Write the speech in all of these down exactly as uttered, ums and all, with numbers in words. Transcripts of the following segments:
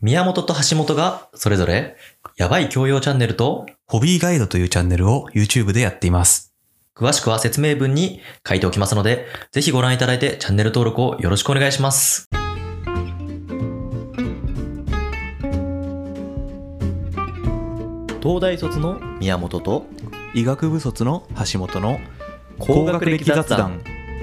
宮本と橋本がそれぞれやばい教養チャンネルとホビーガイドというチャンネルを YouTube でやっています。 詳しくは説明文に書いておきますので、ぜひご覧いただいてチャンネル登録をよろしくお願いします。東大卒の宮本と医学部卒の橋本の高学歴雑談。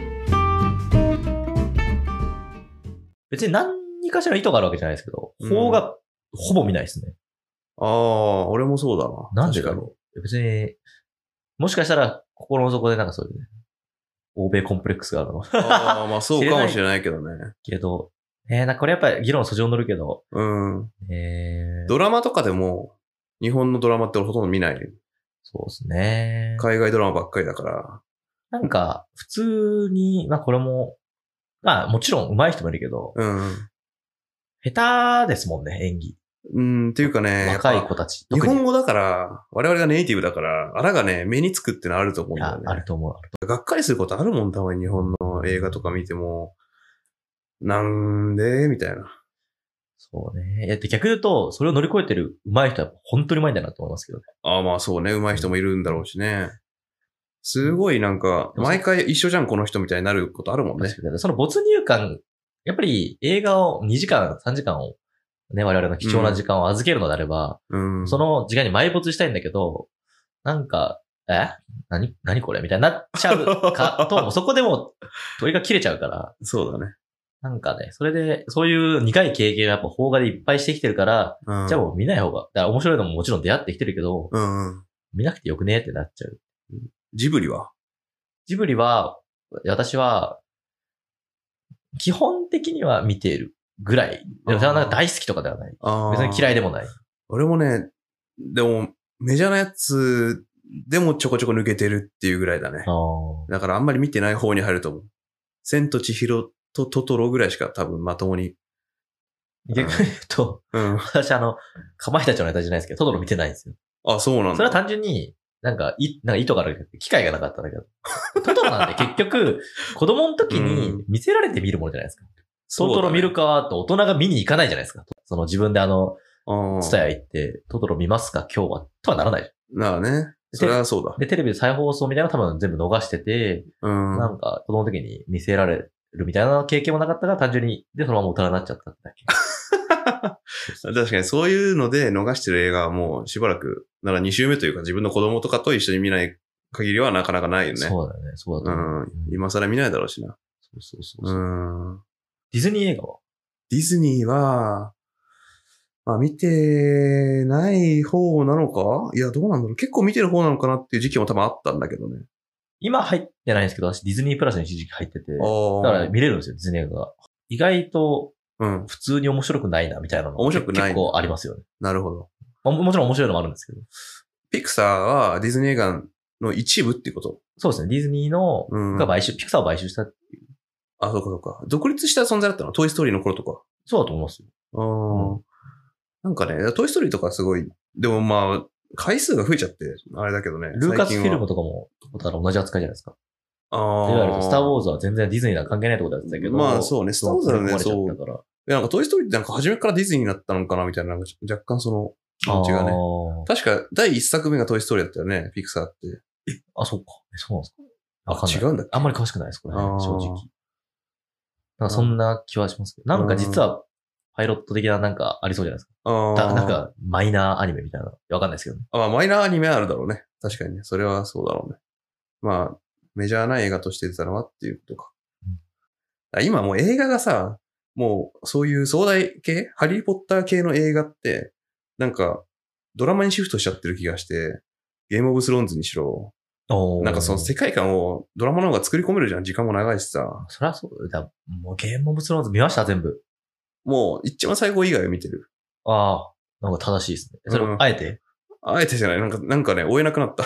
別に何かしら意図があるわけじゃないですけど、法がほぼ見ないですね。 ああ、俺もそうだな。 なんでだろう。別に、もしかしたら心の底でなんかそういうね、欧米コンプレックスがあるの。 ああ、まあそうかもしれないけどね。 けど、えー、なんかこれやっぱり議論訴状乗るけど、 うん。 えー、 ドラマとかでも、日本のドラマってほとんど見ない。 そうですね。 海外ドラマばっかりだから。 なんか、普通に、まあこれも、まあもちろん上手い人もいるけど、 うん。 下手ですもんね、演技。 うん、っていうかね、 若い子たち。 日本語だから、我々がネイティブだから、あらがね、目につくってのはあると思うんだよね。 あると思う。 がっかりすることあるもん、たまに日本の映画とか見ても、なんでみたいな。 そうね。やって逆に言うと、それを乗り越えてる上手い人は本当に上手いんだなと思いますけどね。 ああ、まあそうね、上手い人もいるんだろうしね。すごいなんか、毎回一緒じゃん、この人みたいになることあるもんね。 その没入感、やっぱり映画をにじかん、さんじかんを、ね、我々の貴重な時間を預けるのであれば、 うん、 その時間に埋没したいんだけど、なんか、え何何これみたいになっちゃうかと、そこでも鳥が切れちゃうから。 そうだね。 なんかね、それで、そういう苦い経験がやっぱ邦画でいっぱいしてきてるから、うん、じゃあもう見ない方が、だから面白いのももちろん出会ってきてるけど、 うんうん、 見なくてよくねってなっちゃう。 ジブリはジブリは、私は、基本的には見ているぐらい。でも、なんか大好きとかではない。別に嫌いでもない。 俺もね、でも、メジャーなやつでもちょこちょこ抜けてるっていうぐらいだね。だからあんまり見てない方に入ると思う。千と千尋とトトロぐらいしか多分まともに。 逆に言うと、うん、私あの、かまいたちのネタじゃないですけど、トトロ見てないんですよ。 あ、そうなんだ。 それは単純に、なんか、い、なんか意図がある機会がなかったんだけど。トトロなんて結局、子供の時に見せられて見るものじゃないですか。トトロ見るかと大人が見に行かないじゃないですか。その自分であの、ツタヤ行って、トトロ見ますか今日はとはならないじゃん。 なあね。それはそうだ。 で、テレビで再放送みたいなの多分全部逃してて、うん、なんか子供の時に見せられるみたいな経験もなかったから単純に、で、そのまま大人になっちゃったんだっけ。 確かにそういうので逃してる映画はもうしばらく、ならに週目というか自分の子供とかと一緒に見ない限りはなかなかないよね。 そうだね。そうだと思う。 うん。今更見ないだろうしな。 そうそうそうそう。 うん。 ディズニー映画はディズニーは、まあ見てない方なのかいや、どうなんだろう。結構見てる方なのかなっていう時期も多分あったんだけどね。 今入ってないんですけど、私ディズニープラスに一時期入ってて、だから見れるんですよ、ディズニー映画が。意外と、うん。普通に面白くないな、みたいなの。 面白くない。 結構ありますよね。 なるほど。 も, もちろん面白いのもあるんですけど。 ピクサーはディズニー映画の一部っていうことそうですね。ディズニーの、うん、が買収、ピクサーを買収したっていう。 あ、そうかそうか。独立した存在だったのトイストーリーの頃とか。 そうだと思いますよ。 ああ、うん。なんかね、トイストーリーとかすごい、でもまあ、回数が増えちゃって、あれだけどね。 ルーカスフィルムとかも、だから同じ扱いじゃないですか。 ああ。 いわゆるスターウォーズは全然ディズニーとは関係ないところだったけど。 まあそうね、スターウォーズはね、そう。いやなんかトイストーリーってなんか初めからディズニーになったのかなみたいな、若干その気持ちがね。確か第一作目がトイストーリーだったよね、ピクサーって。 え、あ、そうか。そうなんですか。わかんない。 違うんだっけ。 あんまり詳しくないです、これ、ね、正直。なんかそんな気はしますけど。なんか実は、パイロット的ななんかありそうじゃないですか。あなんか、マイナーアニメみたいな。わかんないですけどね。 あ、まあ、マイナーアニメあるだろうね。確かにね。それはそうだろうね。まあ、メジャーな映画として出たのはっていうことか。うん、今もう映画がさ、もうそういう壮大系ハリーポッター系の映画って、なんか、ドラマにシフトしちゃってる気がして、ゲームオブスローンズにしろ、なんかその世界観をドラマの方が作り込めるじゃん。時間も長いしさ。 そりゃそうだ。もうゲームオブスローンズ見ました全部。 もう一番最後以外を見てる。 ああ、なんか正しいですね。それ、うん、あえてあえてじゃない。なんか、なんかね、追えなくなった。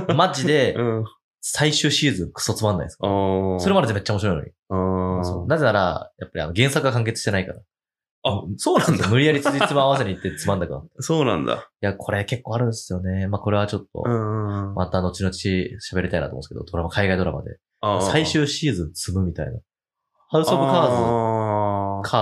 マジで、最終シーズンクソつまんないですか、うん、それまでめっちゃ面白いのに。うん、なぜなら、やっぱりあの原作が完結してないから。 あ、そうなんだ。 無理やりつじつま合わせに行ってつまんだかそうなんだ。 いや、これ結構あるんですよね。まあこれはちょっと、また後々喋りたいなと思うんですけど、ドラマ、海外ドラマで。最終シーズン積むみたいな。ハウスオブカーズ、カード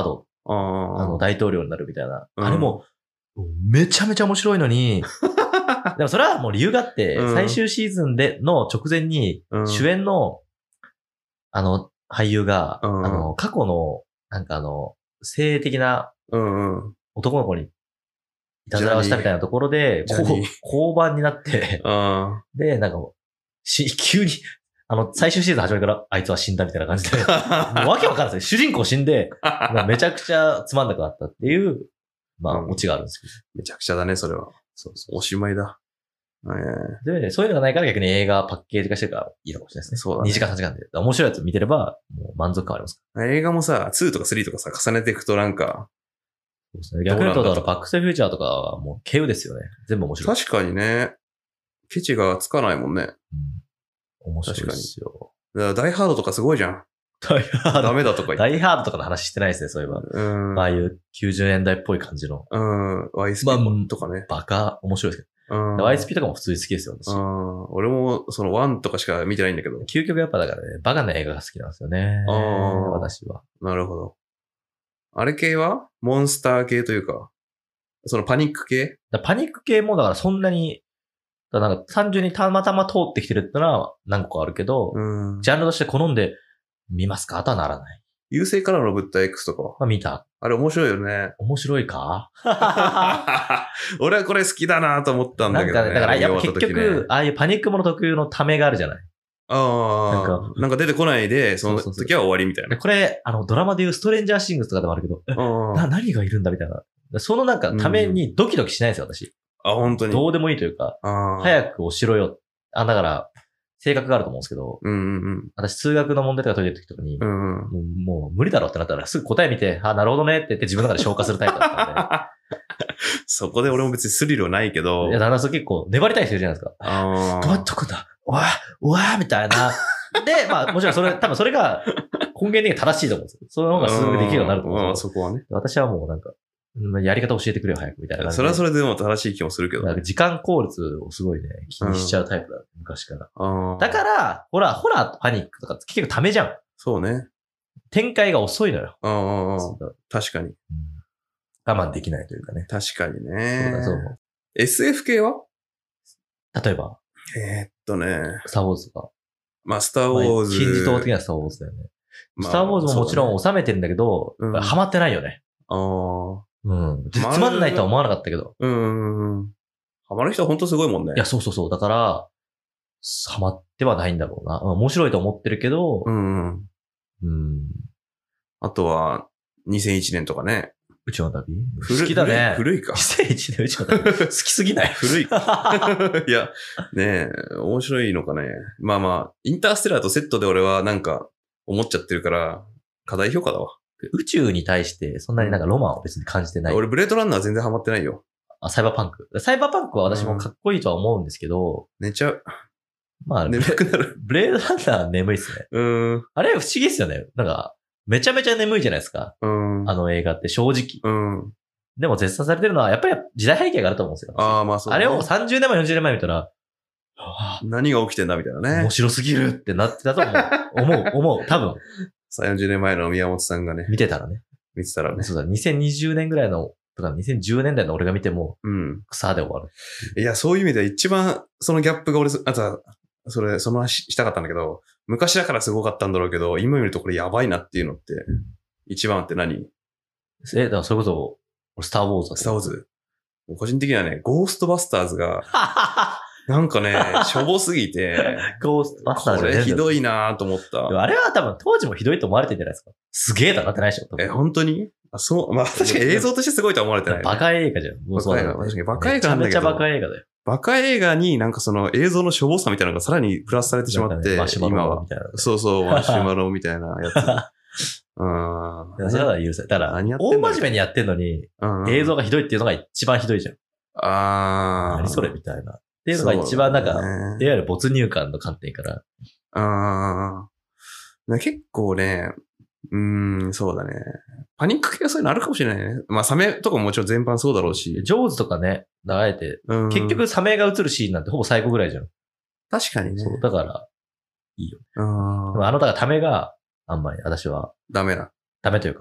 ああ。 あの、大統領になるみたいな。 うんあれも、めちゃめちゃ面白いのに、でもそれはもう理由があって、 うん最終シーズンでの直前にうん主演の、あの、俳優が、 うんあの、過去の、なんかあの、性的なうんうん。 男の子にいたずらをしたみたいなところで、こうジャニー交番になって、 あで、なんかもう、し、急に、あの、最終シーズン始まりから、あいつは死んだみたいな感じで、もうあ。 わけわかんないですよ。主人公死んで、まあめちゃくちゃつまんなくなったっていう、まあ、 うんオチがあるんですけど。 めちゃくちゃだね、それは。 そうそおしまいだ。えう。で、そういうのがないから逆に映画パッケージ化してるからいいのかもしれないですね。 そうだねにじかんさんじかんで。面白いやつ見てれば、もう満足感あります。 ー映画もさ、ツーとかスリーとかさ、重ねていくとなんか、 そうですね。逆に言うと、だからバックステフューチャーとかはもう、稀有ですよね。全部面白い。 確かにね、ケチがつかないもんね。 うん、面白いですよ。 だからダイハードとかすごいじゃん。 ダイハード。 ダメだとか言って。 ダイハードとかの話してないですね、そういえば。 うん。 ああいうきゅうじゅうねんだいっぽい感じの。 うん。ワイスピまあとかね。 バカ、面白いですけうん。 ど。ワイスピとかも普通に好きですよ、私。 うん。俺も、そのワンとかしか見てないんだけど。 究極やっぱだからね、バカな映画が好きなんですよね。 あー私は。 なるほど。あれ系はモンスター系というか、そのパニック系だパニック系もだからそんなに、だからなんか単純にたまたま通ってきてるってのは何個かあるけど、 うん。 ジャンルとして好んで見ますかとはならない。 優勢からの物体 X とかは。 まあ見た。 あれ面白いよね。 面白いか俺はこれ好きだなと思ったんだけどね。 なんかね、だからやっぱ見終わた時ね結局、ああいうパニックもの特有のためがあるじゃない。 ああ、 なんかなんか出てこないで、そのそうそうそう時は終わりみたいで、 な。 これ、あの、ドラマでいうストレンジャーシングスとかでもあるけど、えあな、何がいるんだみたいな。そのなんかためにドキドキしないんですよ、私。 あ、本当に。 どうでもいいというか、 ああ。 早くおしろよ。あ、だから、性格があると思うんですけど、 うんうん私数学の問題とか解いてる時とかに、 うん。うんうん。 もうもう無理だろうってなったらすぐ答え見て、あ、なるほどねって言って自分の中で消化するタイプだったそこで俺も別にスリルはないけど。 んで。いや、だんだんそれ結構粘りたい人いるじゃないですか。 あどうやって解くんだうわうわみたいな。で、まあもちろんそれ、多分それが根源的に正しいと思うんですよ。その方がすぐできるようになると思ああ、 うんですよ。 そこはね。 私はもうなんか、うんやり方教えてくれよ、早くみたいな感じで。 それはそれでも正しい気もするけどね。 なんか時間効率をすごいね、気にしちゃうタイプだ、昔から。 ああ。 だから、ほら、ホラーとパニックとかって結局ためじゃん。 そうね。 展開が遅いのよ。 ああああ、 そう確かに。 うん我慢できないというかね。 確かにそうねだ、そう思う。 エスエフ 系は例えば、 えーっとね。 スターウォーズとか。 まあ、スターウォーズ。 金字塔的なスターウォーズだよね。 まあスターウォーズももちろんそう収めてるんだけど、 うんハマってないよね。 だねああ。 うん。つまあまんないとは思わなかったけど。 うんうんうん。ハマる人は本当すごいもんね。 いや、そうそうそう。だから、ハマってはないんだろうな。面白いと思ってるけど、 うんうん。 うん。 あとは、にせんいちねんとかね。 宇宙の旅古い好きだね。 古い古いかに。せんいちねん宇宙の旅好きすぎない古い。いや、ねえ、面白いのかね。まあまあ、インターステラーとセットで俺はなんか思っちゃってるから、過大評価だわ。 宇宙に対してそんなになんかロマンを別に感じてない。 俺、ブレードランナー全然ハマってないよ。 あ、サイバーパンク。サイバーパンクは私もかっこいいとは思うんですけど、 寝ちゃう。 まあ、ブレ眠くなる。 ブレードランナーは眠いっすね。 うーん。 あれ不思議ですよね。なんか、めちゃめちゃ眠いじゃないですか。 うーん。 あの映画って正直。 うん。 でも絶賛されてるのは、やっぱり時代背景があると思うんですよ。 ああ、まあそうだね、 あれをさんじゅうねんまえ、よんじゅうねんまえ見たら、は何が起きてんだみたいなぁ、 ね面。白すぎるってなってたと思う。思う、思う。多分、 さん、よんじゅうねんまえの宮本さんがね、 見てたらね。 見てたらね。 そうだ、にせんにじゅうねんぐらいの、とかにせんじゅうねんだいの俺が見ても、 うん。 草で終わる。 いや、そういう意味では一番そのギャップが俺、あとそれ、その話したかったんだけど、昔だからすごかったんだろうけど、今見るとこれやばいなっていうのって、一番って何え、だからそれこそ、俺スターウォーズだスターウォーズ。個人的にはね、ゴーストバスターズが、 ズなんかね、しょぼすぎて、 ゴーストバスターこじゃねえんだよれひどいなぁと思った。 あれは多分当時もひどいと思われてんじゃないですか。すげえだなってないでしょ。多分え、本当にあ、そう、まあ確かに映像としてすごいとは思われてない、ね。 バカ映画じゃん。もうそうだねバカ映画確かにバカ映画なんだけどめちゃめちゃバカ映画だよ。 バカ映画になんかその映像のしょぼさみたいなのがさらにプラスされてしまって、 なんかねマシュマ今はロみ。たいな。 そうそう、マシュマロみたいなやつ。うん。 いやそれは許せない。だから、 何やってんだ大真面目にやってんのに、 うん映像がひどいっていうのが一番ひどいじゃん。 ああ。 何それみたいな。っていうのが一番なんか、いわね、 ゆる没入感の観点から。 ああ。結構ね、うーん、そうだね。パニック系はそういうのあるかもしれないね。まあ、サメとかももちろん全般そうだろうし。 ジョーズとかね、流れて、 うん、 結局サメが映るシーンなんてほぼ最後ぐらいじゃん。 確かにね。 そう。だから、いいよ。 うんでもあの、だからためがあんまり私はダメだ。 ダメというか、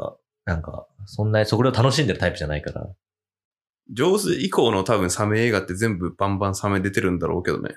なんか、そんなにそこを楽しんでるタイプじゃないから。 上手以降の多分サメ映画って全部バンバンサメ出てるんだろうけどね。 うん。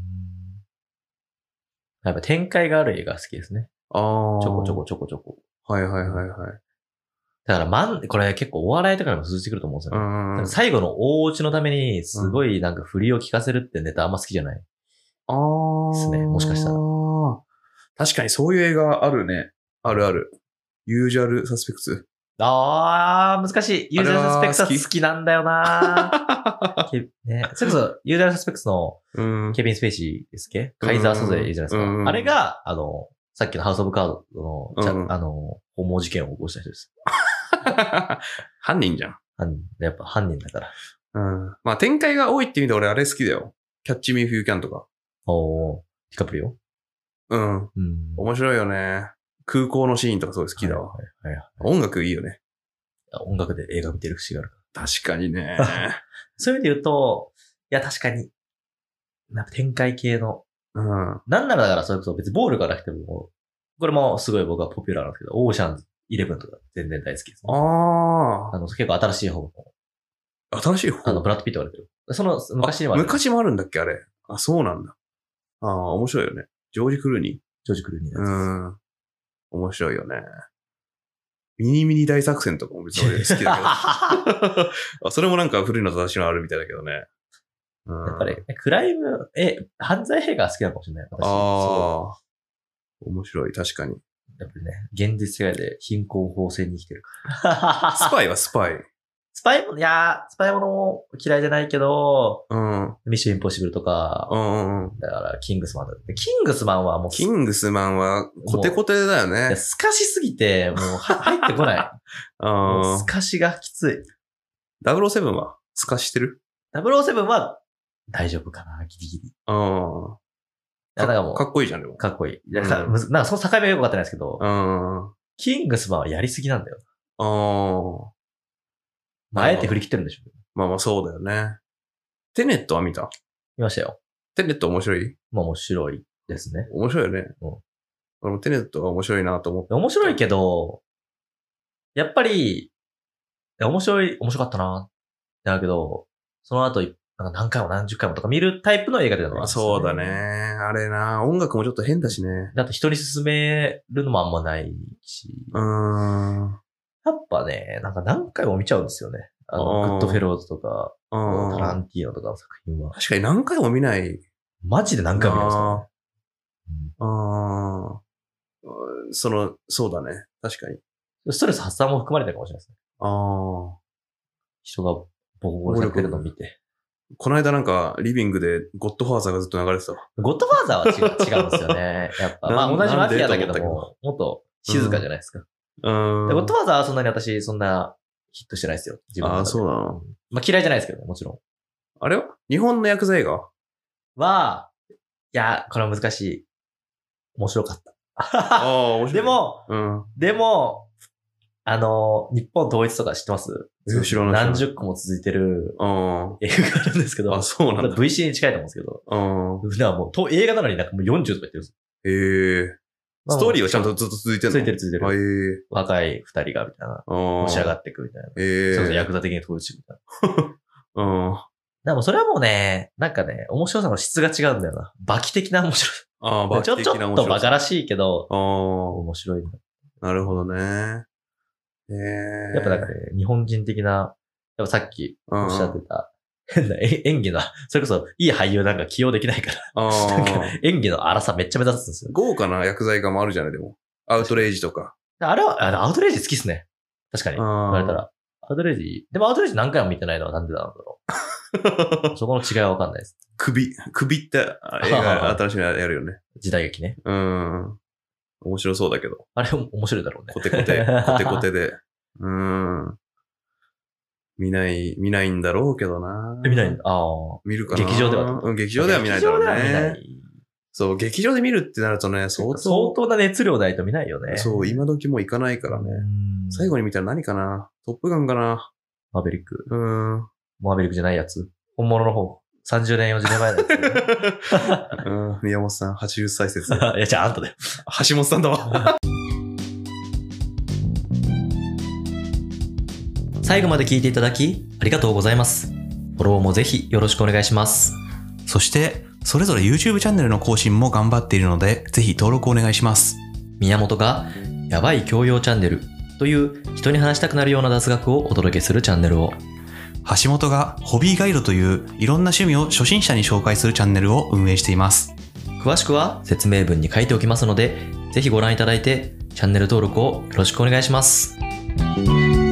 やっぱ展開がある映画好きですね。 ああ。 ちょこちょこちょこちょこ。 はいはいはいはい。 だからまん、これ結構お笑いとかにも通じてくると思うんですよね。 うん。 最後の大落ちのために、すごいなんか振りを聞かせるってネタあんま好きじゃない。 ああ。 ですね、もしかしたら。 確かにそういう映画あるね。あるある。ユージュアルサスペクツ。 あー、難しい。ユージュアルサスペクツは好きなんだよなね。それこそ、ユージュアルサスペクツのケビン・スペイシーですっけ、カイザー・サザエいいじゃないですか。うん、あれが、あの、さっきのハウス・オブ・カードの、うん、あの、訪問事件を起こした人です。 犯人じゃん。 犯人。やっぱ犯人だから。 うん。まあ展開が多いって意味で俺あれ好きだよ。キャッチ・ミー・フュー・キャンとか。 おー、ディカプリオ？ うん。うん。面白いよね。空港のシーンとかすごい好きだわ。はいはいはい、音楽いいよね。 音楽で映画見てる節があるから。 確かにね。 そういう意味で言うと、いや確かに、なんか展開系の。 うん。 なんならだからそれこそ別にボールがなくても、これもすごい僕はポピュラーなんですけど、オーシャンズイレブンとか全然大好きです、ね。ああ。あの、結構新しい方の。 新しい方？ あの、ブラッドピットが出てる。その、昔にもある。 昔もあるんだっけあれ。あ、そうなんだ。ああ、面白いよね。ジョージ・クルーニー。 ジョージ・クルーニー。 うん。面白いよね。ミニミニ大作戦とかも別に俺好きだけど。それもなんか古いのと私のあるみたいだけどね。 うん、やっぱり、クライム、え、犯罪映画好きなのかもしれない。私ああ。面白い、確かに。 やっぱりね、現実世界で貧困法制に生きてるから。 スパイはスパイ。 スパイも、いやー、スパイものも嫌いじゃないけど、 うん。 ミッションインポッシブルとか、 うんうんうん。 だから、キングスマンだって。キングスマンはもう、 キングスマンはコテコテだよね。 透かしすぎて、もう入ってこない。 あ透かしがきつい。 ダブルオーセブンは透かしてる？ ダブルオーセブン は大丈夫かな、ギリギリ。 ああ。 だからもうかっこいいじゃん、でも。 かっこいい。なんか、うん、なんかその境目がよくわかってないですけど、 うん、 キングスマンはやりすぎなんだよ。 ああ。 まあ、あえて振り切ってるんでしょう。 まあまあそうだよね。テネットは見た？ 見ましたよ。 テネット面白い？ まあ面白いですね。 面白いよね。うん。俺もテネットは面白いなと思って。 面白いけど、やっぱり、面白い、面白かったな。だけど、その後、なんか何回も何十回もとか見るタイプの映画ではないですね。 そうだね。あれな。音楽もちょっと変だしね。 だって人に勧めるのもあんまないし。 うーん。 やっぱね、なんか何回も見ちゃうんですよね。あの、グッドフェローズとか、タランティーノとかの作品は。 確かに何回も見ない。 マジで何回も見ますよね。 あ、うん、あ。その、そうだね。確かに。 ストレス発散も含まれてるかもしれないですね。 ああ。 人がボコボコされてるのを見て。 この間なんか、リビングでゴッドファーザーがずっと流れてたわ。 ゴッドファーザーは違う、違うんですよね。やっぱ。まあ同じマフィアだけども、もっと静かじゃないですか。 うん。 ゴッドファーザーはそんなに私、そんなヒットしてないですよ。 自分ああ、そうなの。 まあ嫌いじゃないですけどね、もちろん。 あれは日本のヤクザ映画は、いや、これは難しい。面白かった。 ああ、面白い。 でも、 うん、 でも、あの、日本統一とか知ってます？ 知らない。 何十個も続いてる映画があるんですけど。 あ、そうなんだ。 ブイシー に近いと思うんですけど。だからもう、映画なのになんかもうよんじゅうとか言ってるんですよ。へえ。ストーリーはちゃんとずっと続いてるの？ 続いてる続いてる。 へえ。 若い二人がみたいな。のし上がっていくみたいな。 へえ。 そうそう、ヤクザ的に統一してみたいな。うん。 でもそれはもうね、なんかね、面白さの質が違うんだよな。バキ的な面白さ。 ああ、バキ的な面白さ。 ちょ、ちょっとバカらしいけど、 ああ。 面白い。 なるほどね。ええ。 やっぱなんかね、日本人的な、やっぱさっきおっしゃってた、変な演技の、それこそいい俳優なんか起用できないから、なんか演技の荒さめっちゃ目指すんですよ。 豪華な薬剤画もあるじゃない、でも。アウトレイジとか。 あれは、あのアウトレイジ好きっすね。確かに。言われたら。アウトレイジ、でもアウトレイジ何回も見てないのはなんでなんだろう。そこの違いはわかんないです。 首、首って映画新しいのやるよね。 時代劇ね。 うん。面白そうだけど。 あれ面白いだろうね。 コテコテ、コテコテで。うん。見ない、見ないんだろうけどな。 見ないんだ。ああ。 見るかな。 劇場では。 うん、劇場では見ないだろうね。劇場では見ない。そう、劇場で見るってなるとね、相当。 相当な熱量ないと見ないよね。 そう、今時もう行かないからね。最後に見たら何かな？トップガンかな？ マーベリック。 うん。 マーベリックじゃないやつ。本物の方。さんじゅうねん、よんじゅうねんまえのやつ、ね。 うん、宮本さん、はちじゅっさい説。 いや、じゃあ、あんただよ。 橋本さんだわ。 最後まで聞いていただきありがとうございます。フォローもぜひよろしくお願いします。 そして、それぞれ YouTube チャンネルの更新も頑張っているので、ぜひ登録お願いします。 宮本がやばい教養チャンネルという人に話したくなるような雑学をお届けするチャンネルを、 橋本がホビーガイドといういろんな趣味を初心者に紹介するチャンネルを運営しています。 詳しくは説明文に書いておきますので、ぜひご覧いただいてチャンネル登録をよろしくお願いします。